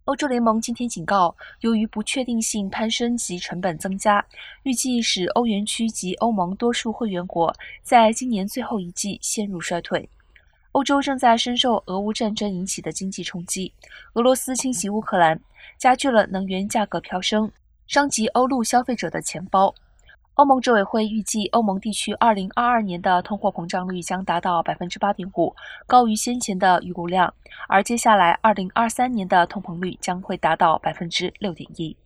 欧洲联盟今天警告，由于不确定性攀升及成本增加，预计使欧元区及欧盟多数会员国在今年最后一季陷入衰退。欧洲正在深受俄乌战争引起的经济冲击，俄罗斯侵袭乌克兰，加剧了能源价格飙升，伤及欧陆消费者的钱包。欧盟执委会预计，欧盟地区2022年的通货膨胀率将达到8.5%，高于先前的预估量，而接下来2023年的通膨率将会达到6.1%。